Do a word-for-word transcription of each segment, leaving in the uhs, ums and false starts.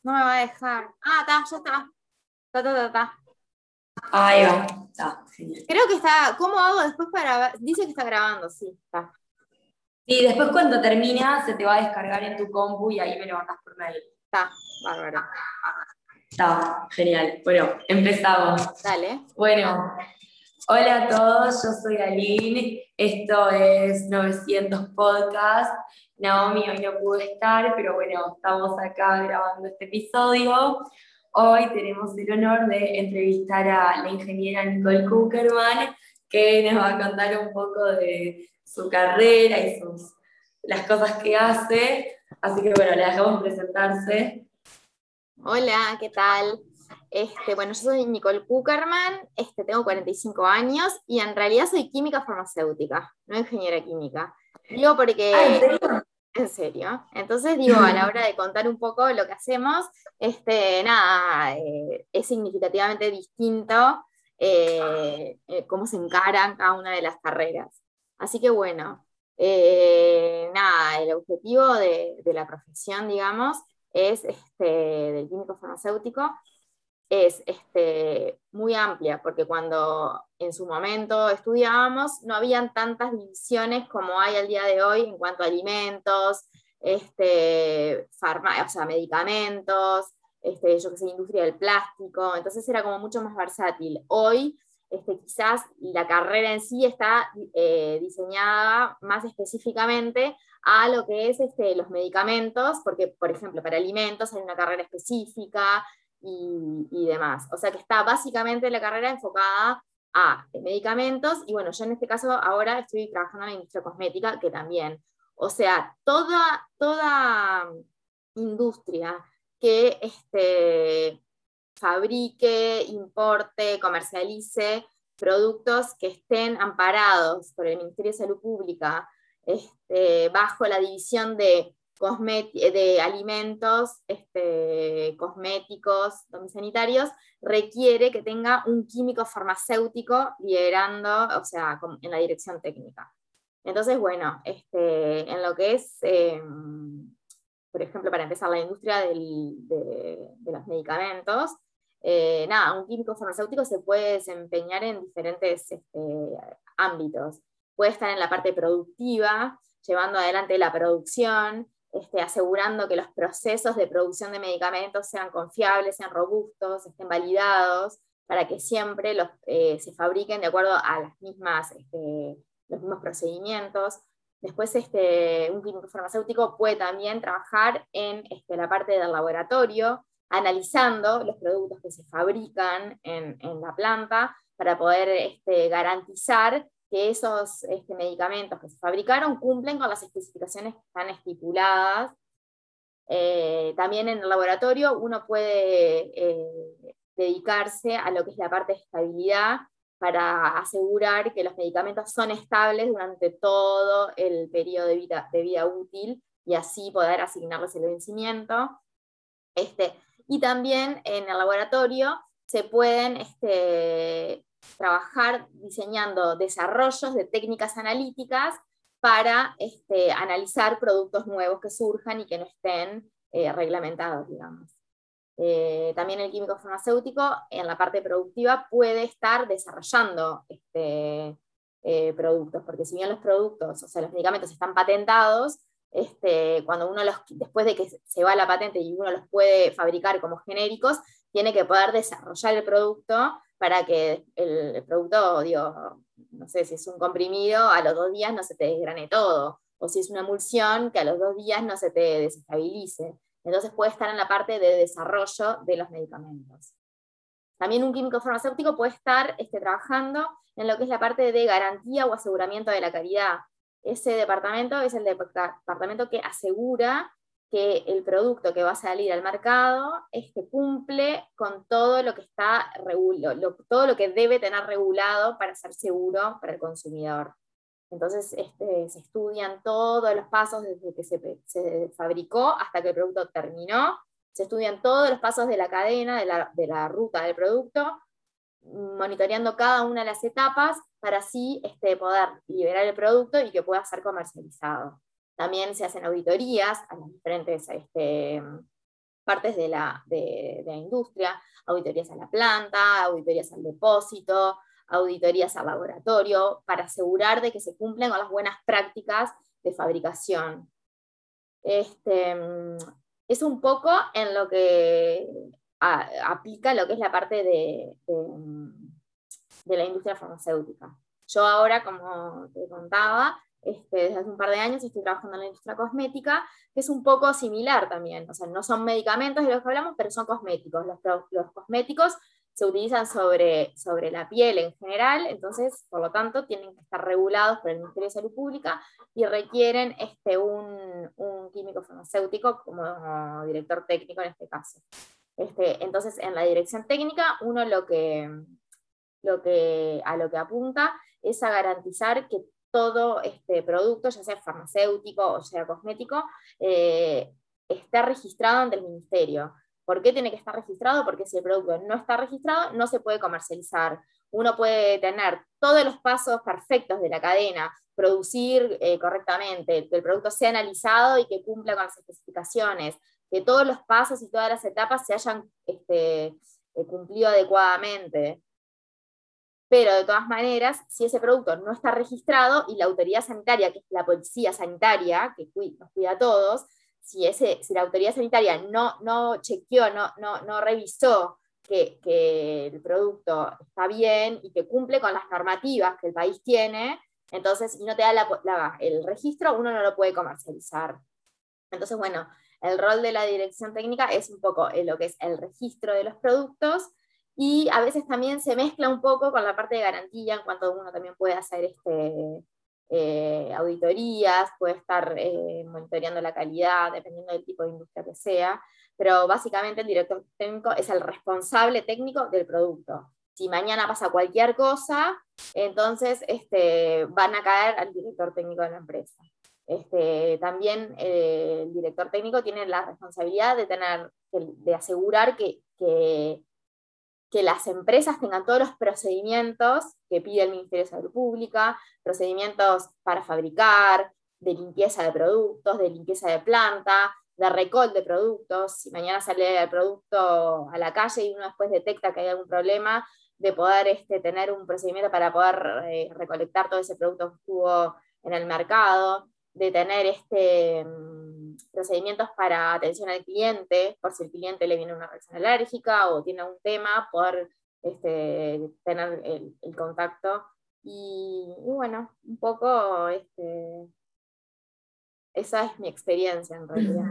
No me va a dejar. Ah, está, ya está. Ta, ta, ta, ta. Ahí va. Está, genial. Creo que está. ¿Cómo hago después para...? Dice que está grabando, sí, está. Y después cuando termina se te va a descargar en tu compu y ahí me lo mandas por mail. Está, bárbaro. Está, genial. Bueno, empezamos. Dale. Bueno, hola a todos, yo soy Aline, esto es novecientos Podcast. Naomi hoy no pudo estar, pero bueno, estamos acá grabando este episodio. Hoy tenemos el honor de entrevistar a la ingeniera Nicole Kuckerman, que nos va a contar un poco de su carrera y sus, las cosas que hace. Así que bueno, la dejamos presentarse. Hola, ¿qué tal? Este, bueno, yo soy Nicole Kuckerman, este, tengo cuarenta y cinco años y en realidad soy química farmacéutica, no ingeniera química. Digo Ah, ¿en porque, serio? en serio, entonces digo, a la hora de contar un poco lo que hacemos, este, nada, eh, es significativamente distinto eh, eh, cómo se encaran cada una de las carreras. Así que bueno, eh, nada, el objetivo de, de la profesión, digamos, es este, del químico farmacéutico es este, muy amplia, porque cuando en su momento estudiábamos no habían tantas divisiones como hay al día de hoy en cuanto a alimentos, este, farma, o sea, medicamentos, este, yo que sé, industria del plástico, entonces era como mucho más versátil. Hoy este, quizás la carrera en sí está eh, diseñada más específicamente a lo que es este, los medicamentos, porque, por ejemplo, para alimentos hay una carrera específica, y, y demás. O sea que está básicamente la carrera enfocada a medicamentos y bueno, yo en este caso ahora estoy trabajando en la industria cosmética, que también, o sea, toda, toda industria que este, fabrique, importe, comercialice productos que estén amparados por el Ministerio de Salud Pública este, bajo la división de de alimentos, este, cosméticos, domiciliarios, requiere que tenga un químico farmacéutico liderando, o sea, en la dirección técnica. Entonces, bueno, este, en lo que es, eh, por ejemplo, para empezar, la industria del, de, de, los medicamentos, eh, nada, un químico farmacéutico se puede desempeñar en diferentes este, ámbitos. Puede estar en la parte productiva, llevando adelante la producción, este, asegurando que los procesos de producción de medicamentos sean confiables, sean robustos, estén validados, para que siempre los, eh, se fabriquen de acuerdo a las mismas, este, los mismos procedimientos. Después, este, un químico farmacéutico puede también trabajar en este, la parte del laboratorio, analizando los productos que se fabrican en, en la planta para poder este, garantizar que esos este, medicamentos que se fabricaron cumplen con las especificaciones que están estipuladas. Eh, también en el laboratorio uno puede eh, dedicarse a lo que es la parte de estabilidad para asegurar que los medicamentos son estables durante todo el periodo de vida, de vida útil y así poder asignarles el vencimiento. Este, y también en el laboratorio se pueden este, trabajar diseñando desarrollos de técnicas analíticas para este, analizar productos nuevos que surjan y que no estén eh, reglamentados, digamos. Eh, también el químico farmacéutico en la parte productiva puede estar desarrollando este, eh, productos, porque si bien los productos, o sea, los medicamentos están patentados, este, cuando uno los, después de que se va la patente y uno los puede fabricar como genéricos, tiene que poder desarrollar el producto para que el, el producto, digo, no sé, si es un comprimido, a los dos días no se te desgrane todo, o si es una emulsión, que a los dos días no se te desestabilice. Entonces puede estar en la parte de desarrollo de los medicamentos. También un químico farmacéutico puede estar este, trabajando en lo que es la parte de garantía o aseguramiento de la calidad. Ese departamento es el departamento que asegura que el producto que va a salir al mercado este, cumple con todo lo que está lo, todo lo que debe tener regulado para ser seguro para el consumidor. Entonces este, se estudian todos los pasos desde que se, se, fabricó hasta que el producto terminó, se estudian todos los pasos de la cadena, de la, de la ruta del producto, monitoreando cada una de las etapas para así este, poder liberar el producto y que pueda ser comercializado. También se hacen auditorías a las diferentes este, partes de la, de, de la industria, auditorías a la planta, auditorías al depósito, auditorías al laboratorio, para asegurar de que se cumplen con las buenas prácticas de fabricación. Este, es un poco en lo que a, aplica lo que es la parte de, de, de la industria farmacéutica. Yo ahora, como te contaba, este, desde hace un par de años estoy trabajando en la industria cosmética, que es un poco similar también. O sea, no son medicamentos de los que hablamos, pero son cosméticos. Los, los cosméticos se utilizan sobre, sobre la piel en general, entonces, por lo tanto, tienen que estar regulados por el Ministerio de Salud Pública y requieren este, un, un químico farmacéutico como director técnico en este caso. Este, entonces, en la dirección técnica, uno lo que, lo que, a lo que apunta es a garantizar que todo este producto, ya sea farmacéutico o sea cosmético, eh, esté registrado ante el Ministerio. ¿Por qué tiene que estar registrado? Porque si el producto no está registrado, no se puede comercializar. Uno puede tener todos los pasos perfectos de la cadena, producir eh, correctamente, que el producto sea analizado y que cumpla con las especificaciones, que todos los pasos y todas las etapas se hayan este, eh, cumplido adecuadamente. Pero de todas maneras, si ese producto no está registrado y la autoridad sanitaria, que es la policía sanitaria, que nos cuida a todos, si, ese, si la autoridad sanitaria no, no chequeó, no, no, no revisó que, que el producto está bien y que cumple con las normativas que el país tiene, entonces, y no te da la, la, el registro, uno no lo puede comercializar. Entonces, bueno, el rol de la dirección técnica es un poco lo que es el registro de los productos, y a veces también se mezcla un poco con la parte de garantía, en cuanto uno también puede hacer este, eh, auditorías, puede estar eh, monitoreando la calidad, dependiendo del tipo de industria que sea, pero básicamente el director técnico es el responsable técnico del producto. Si mañana pasa cualquier cosa, entonces este, van a caer al director técnico de la empresa. Este, también eh, el director técnico tiene la responsabilidad de, tener, de asegurar que, que que las empresas tengan todos los procedimientos que pide el Ministerio de Salud Pública, procedimientos para fabricar, de limpieza de productos, de limpieza de planta, de recall de productos. Si mañana sale el producto a la calle y uno después detecta que hay algún problema, de poder este, tener un procedimiento para poder eh, recolectar todo ese producto que estuvo en el mercado, de tener este, procedimientos para atención al cliente, por si el cliente le viene una reacción alérgica o tiene un tema, poder este, tener el, el contacto. Y, y bueno, un poco este, esa es mi experiencia en realidad.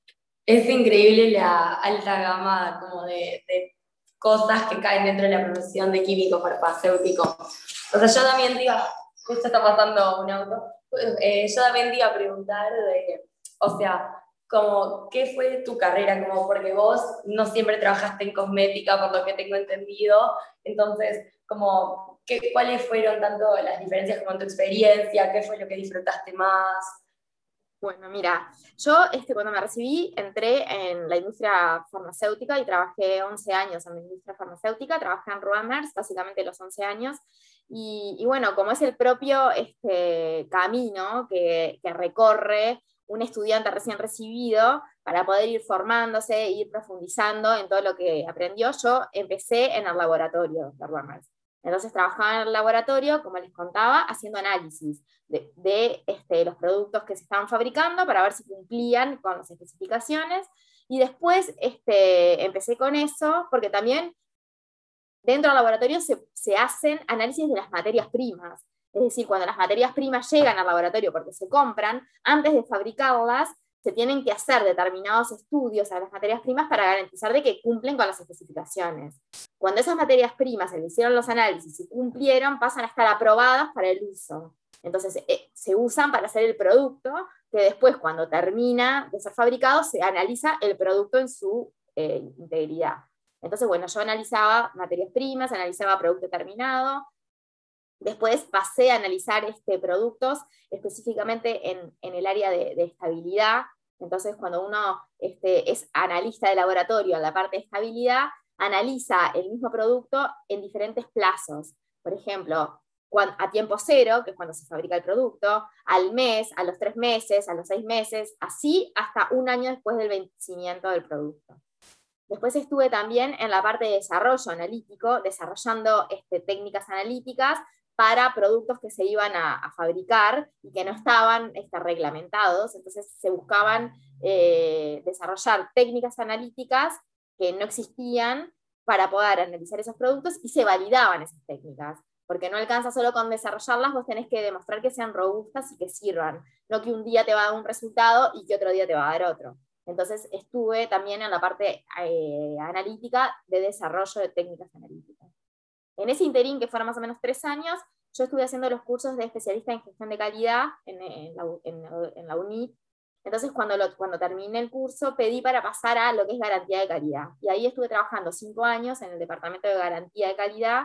Es increíble la alta gama como de, de cosas que caen dentro de la profesión de químico farmacéutico. O sea, yo también te iba, justo está pasando un auto, eh, yo también te iba a preguntar de, o sea, como, ¿qué fue tu carrera? Como, porque vos no siempre trabajaste en cosmética, por lo que tengo entendido, entonces, como, ¿qué, ¿cuáles fueron tanto las diferencias como en tu experiencia? ¿Qué fue lo que disfrutaste más? Bueno, mira, yo este, cuando me recibí entré en la industria farmacéutica y trabajé once años en la industria farmacéutica, trabajé en Roamers, básicamente los once años, y, y bueno, como es el propio este, camino que, que recorre un estudiante recién recibido para poder ir formándose, e ir profundizando en todo lo que aprendió, yo empecé en el laboratorio de Roamers. Entonces trabajaba en el laboratorio, como les contaba, haciendo análisis de, de este, los productos que se estaban fabricando para ver si cumplían con las especificaciones, y después este, empecé con eso, porque también dentro del laboratorio se, se hacen análisis de las materias primas. Es decir, cuando las materias primas llegan al laboratorio porque se compran, antes de fabricarlas, se tienen que hacer determinados estudios a las materias primas para garantizar de que cumplen con las especificaciones. Cuando esas materias primas se le hicieron los análisis y cumplieron, pasan a estar aprobadas para el uso. Entonces, eh, se usan para hacer el producto, que después, cuando termina de ser fabricado, se analiza el producto en su eh, integridad. Entonces, bueno, yo analizaba materias primas, analizaba producto terminado. Después pasé a analizar este, productos específicamente en, en el área de, de estabilidad. Entonces, cuando uno este, es analista de laboratorio en la parte de estabilidad, analiza el mismo producto en diferentes plazos. Por ejemplo, a tiempo cero, que es cuando se fabrica el producto, al mes, a los tres meses, a los seis meses, así hasta un año después del vencimiento del producto. Después estuve también en la parte de desarrollo analítico, desarrollando este, técnicas analíticas para productos que se iban a, a fabricar y que no estaban este, reglamentados. Entonces se buscaban eh, desarrollar técnicas analíticas que no existían para poder analizar esos productos, y se validaban esas técnicas. Porque no alcanza solo con desarrollarlas, vos tenés que demostrar que sean robustas y que sirvan. No que un día te va a dar un resultado y que otro día te va a dar otro. Entonces estuve también en la parte eh, analítica de desarrollo de técnicas analíticas. En ese interín, que fueron más o menos tres años, yo estuve haciendo los cursos de especialista en gestión de calidad en, en, la, en, en la U N I T. Entonces cuando, lo, cuando terminé el curso pedí para pasar a lo que es garantía de calidad. Y ahí estuve trabajando cinco años en el departamento de garantía de calidad,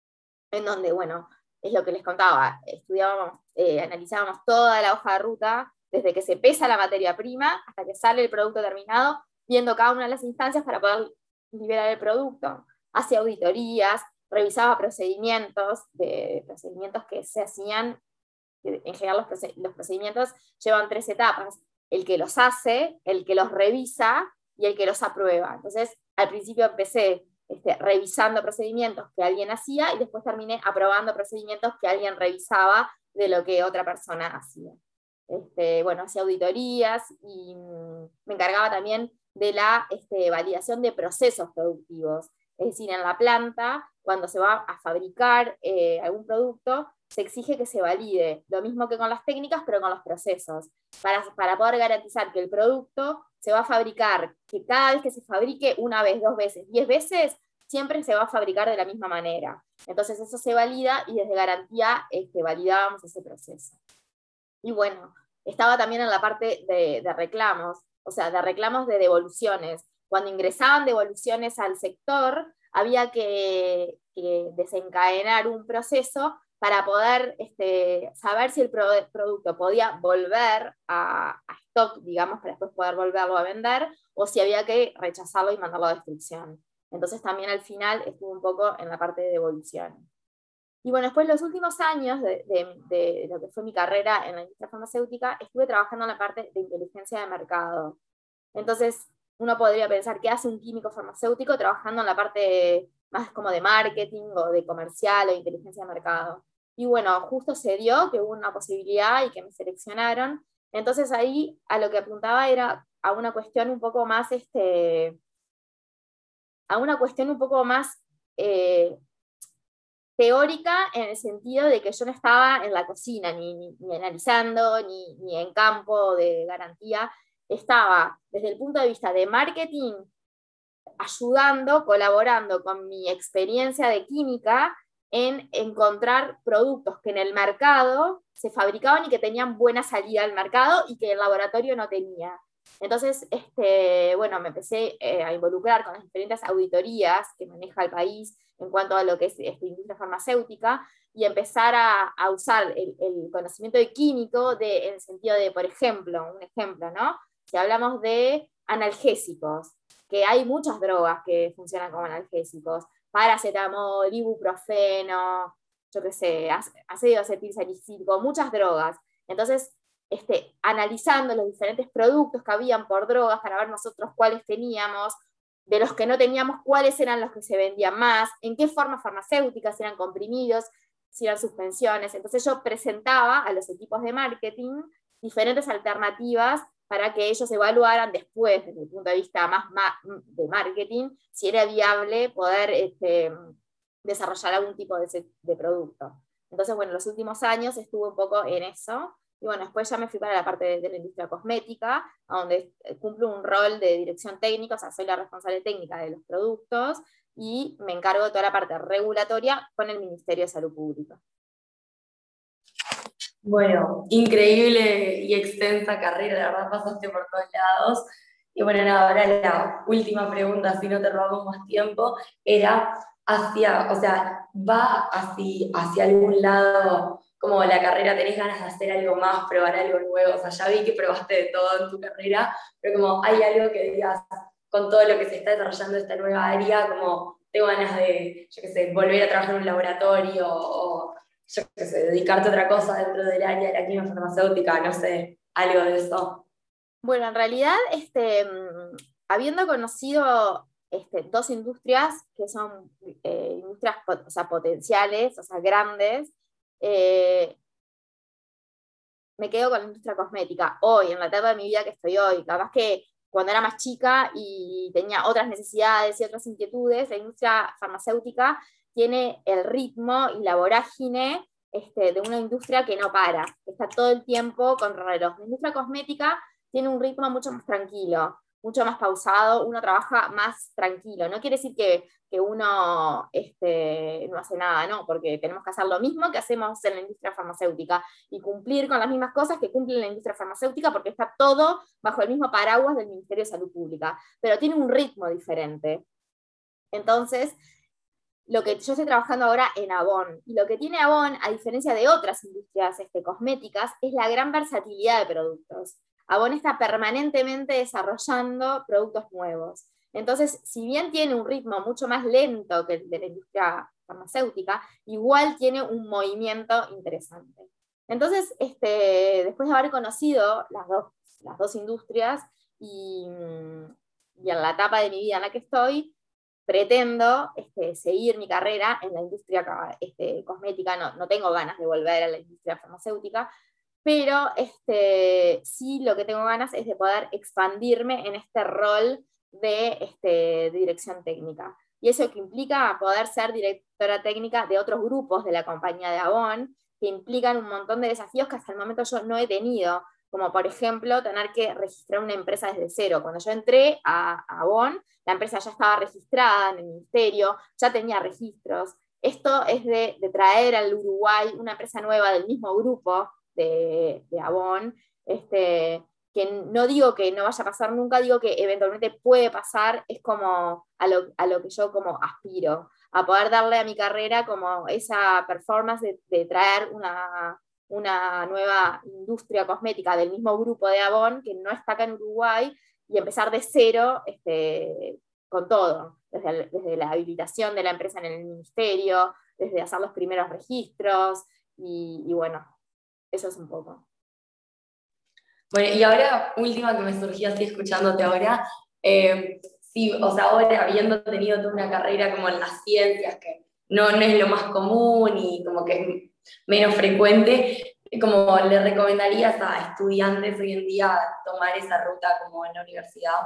en donde, bueno, es lo que les contaba, estudiábamos, eh, analizábamos toda la hoja de ruta, desde que se pesa la materia prima hasta que sale el producto terminado, viendo cada una de las instancias para poder liberar el producto, hacía auditorías, revisaba procedimientos, de, procedimientos que se hacían, en general los, los procedimientos llevan tres etapas: el que los hace, el que los revisa y el que los aprueba. Entonces, al principio empecé este, revisando procedimientos que alguien hacía, y después terminé aprobando procedimientos que alguien revisaba de lo que otra persona hacía. Este, bueno, hacía auditorías y mmm, me encargaba también de la este, validación de procesos productivos. Es decir, en la planta, cuando se va a fabricar eh, algún producto, se exige que se valide, lo mismo que con las técnicas, pero con los procesos, para, para poder garantizar que el producto se va a fabricar, que cada vez que se fabrique, una vez, dos veces, diez veces, siempre se va a fabricar de la misma manera. Entonces eso se valida, y desde garantía este, validábamos ese proceso. Y bueno, estaba también en la parte de, de reclamos, o sea, de reclamos de devoluciones. Cuando ingresaban devoluciones al sector, había que, que desencadenar un proceso para poder este, saber si el pro producto podía volver a, a stock, digamos, para después poder volverlo a vender, o si había que rechazarlo y mandarlo a destrucción. Entonces también al final estuve un poco en la parte de devoluciones. Y bueno, después los últimos años de, de, de lo que fue mi carrera en la industria farmacéutica, estuve trabajando en la parte de inteligencia de mercado. Entonces, uno podría pensar, ¿qué hace un químico farmacéutico trabajando en la parte más como de marketing o de comercial o de inteligencia de mercado? Y bueno, justo se dio que hubo una posibilidad y que me seleccionaron. Entonces ahí a lo que apuntaba era a una cuestión un poco más, este, a una cuestión un poco más eh, teórica, en el sentido de que yo no estaba en la cocina, ni, ni, ni analizando, ni, ni en campo de garantía. Estaba desde el punto de vista de marketing, ayudando, colaborando con mi experiencia de química en encontrar productos que en el mercado se fabricaban y que tenían buena salida al mercado y que el laboratorio no tenía. Entonces, este, bueno, me empecé eh, a involucrar con las diferentes auditorías que maneja el país en cuanto a lo que es esta industria farmacéutica, y empezar a, a usar el, el conocimiento de químico de, en el sentido de, por ejemplo, un ejemplo, ¿no? Si hablamos de analgésicos, que hay muchas drogas que funcionan como analgésicos, paracetamol, ibuprofeno, yo qué sé, ácido acetilsalicílico, muchas drogas. Entonces, este, analizando los diferentes productos que habían por drogas para ver nosotros cuáles teníamos, de los que no teníamos, cuáles eran los que se vendían más, en qué formas farmacéuticas, si eran comprimidos, si eran suspensiones. Entonces yo presentaba a los equipos de marketing diferentes alternativas para que ellos evaluaran después, desde el punto de vista más de marketing, si era viable poder este, desarrollar algún tipo de, de producto. Entonces, bueno, los últimos años estuve un poco en eso. Y bueno, después ya me fui para la parte de, de la industria cosmética, donde cumplo un rol de dirección técnica, o sea, soy la responsable técnica de los productos, y me encargo de toda la parte regulatoria con el Ministerio de Salud Pública. Bueno, increíble y extensa carrera, la verdad pasaste por todos lados. Y bueno, nada, ahora la última pregunta, si no te robamos más tiempo, era hacia, o sea, ¿va hacia, hacia algún lado como la carrera, tenés ganas de hacer algo más, probar algo nuevo? O sea, ya vi que probaste de todo en tu carrera, pero como hay algo que digas, con todo lo que se está desarrollando esta nueva área, como tengo ganas de, yo qué sé, volver a trabajar en un laboratorio o, yo qué sé, dedicarte a otra cosa dentro del área de la química farmacéutica, no sé, algo de eso. Bueno, en realidad, este, habiendo conocido este, dos industrias que son eh, industrias o sea, potenciales, o sea, grandes. Eh, me quedo con la industria cosmética hoy, en la etapa de mi vida que estoy hoy. Capaz que cuando era más chica y tenía otras necesidades y otras inquietudes, la industria farmacéutica tiene el ritmo y la vorágine este, de una industria que no para, que está todo el tiempo con reloj. La industria cosmética tiene un ritmo mucho más tranquilo, mucho más pausado, uno trabaja más tranquilo. No quiere decir que, que uno este, no hace nada, no, porque tenemos que hacer lo mismo que hacemos en la industria farmacéutica y cumplir con las mismas cosas que cumple la industria farmacéutica, porque está todo bajo el mismo paraguas del Ministerio de Salud Pública, pero tiene un ritmo diferente. Entonces, lo que yo estoy trabajando ahora en Avon, y lo que tiene Avon, a diferencia de otras industrias este, cosméticas, es la gran versatilidad de productos. Avon está permanentemente desarrollando productos nuevos. Entonces, si bien tiene un ritmo mucho más lento que el de la industria farmacéutica, igual tiene un movimiento interesante. Entonces, este, después de haber conocido las dos, las dos industrias y, y en la etapa de mi vida en la que estoy, pretendo este, seguir mi carrera en la industria este, cosmética, no, no tengo ganas de volver a la industria farmacéutica, pero este, sí lo que tengo ganas es de poder expandirme en este rol de, este, de dirección técnica. Y eso que implica poder ser directora técnica de otros grupos de la compañía de Avon, que implican un montón de desafíos que hasta el momento yo no he tenido, como por ejemplo tener que registrar una empresa desde cero. Cuando yo entré a, a Avon, la empresa ya estaba registrada en el ministerio, ya tenía registros. Esto es de, de traer al Uruguay una empresa nueva del mismo grupo de, de Avon, este, que no digo que no vaya a pasar nunca, digo que eventualmente puede pasar, es como a lo, a lo que yo como aspiro, a poder darle a mi carrera como esa performance de, de traer una, una nueva industria cosmética del mismo grupo de Avon, que no está acá en Uruguay, y empezar de cero este, con todo, desde, desde la habilitación de la empresa en el ministerio, desde hacer los primeros registros, y, y bueno, eso es un poco. Bueno, y ahora, última que me surgió así escuchándote ahora, eh, sí, o sea, ahora habiendo tenido toda una carrera como en las ciencias, que no, no es lo más común y como que es menos frecuente, como le recomendarías a estudiantes hoy en día tomar esa ruta como en la universidad?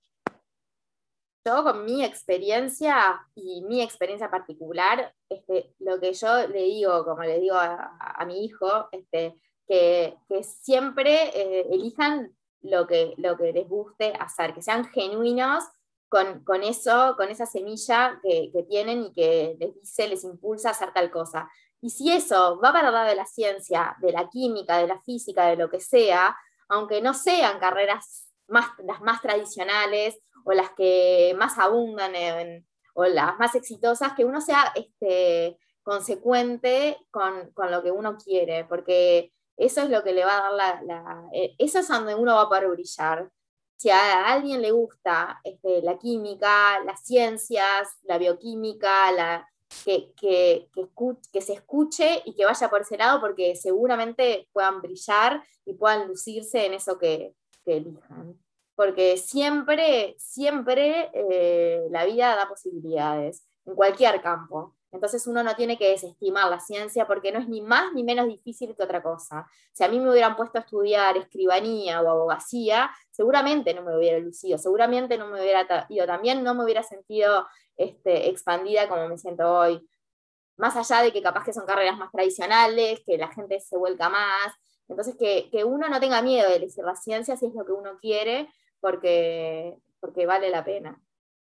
Yo con mi experiencia y mi experiencia particular, este, lo que yo le digo, como le digo a, a mi hijo, este, que, que siempre eh, elijan lo que, lo que les guste hacer, que sean genuinos con, con eso, con esa semilla que, que tienen y que les dice, les impulsa a hacer tal cosa. Y si eso va para el lado de la ciencia, de la química, de la física, de lo que sea, aunque no sean carreras más, las más tradicionales, o las que más abundan en, o las más exitosas, que uno sea este, consecuente con, con, lo que uno quiere, porque eso es lo que le va a dar la, la eh, eso es donde uno va a poder brillar. Si a alguien le gusta este, la química, las ciencias, la bioquímica, la, que, que, que, escuche, que se escuche y que vaya por ese lado, porque seguramente puedan brillar y puedan lucirse en eso que, que elijan. Porque siempre, siempre eh, la vida da posibilidades, en cualquier campo. Entonces uno no tiene que desestimar la ciencia porque no es ni más ni menos difícil que otra cosa. Si a mí me hubieran puesto a estudiar escribanía o abogacía, seguramente no me hubiera lucido, seguramente no me hubiera ido también, no me hubiera sentido este, expandida como me siento hoy. Más allá de que capaz que son carreras más tradicionales, que la gente se vuelca más. Entonces que, que uno no tenga miedo de elegir la ciencia si es lo que uno quiere, porque, porque vale la pena.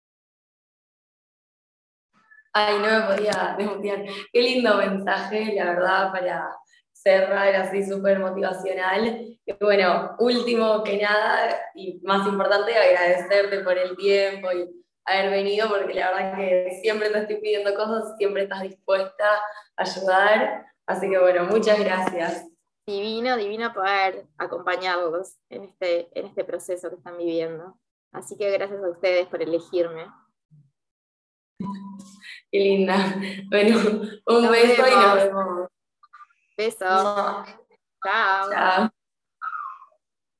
Ay, no me podía desmutear. Qué lindo mensaje, la verdad, para cerrar así súper motivacional. Y bueno, último que nada, y más importante, agradecerte por el tiempo y haber venido, porque la verdad que siempre te estoy pidiendo cosas, siempre estás dispuesta a ayudar. Así que bueno, muchas gracias. Divino, divino poder acompañarlos en este, en este proceso que están viviendo. Así que gracias a ustedes por elegirme. Qué linda. Bueno, un Nos beso vemos. y nos vemos. Besos. No. Chao. Chao.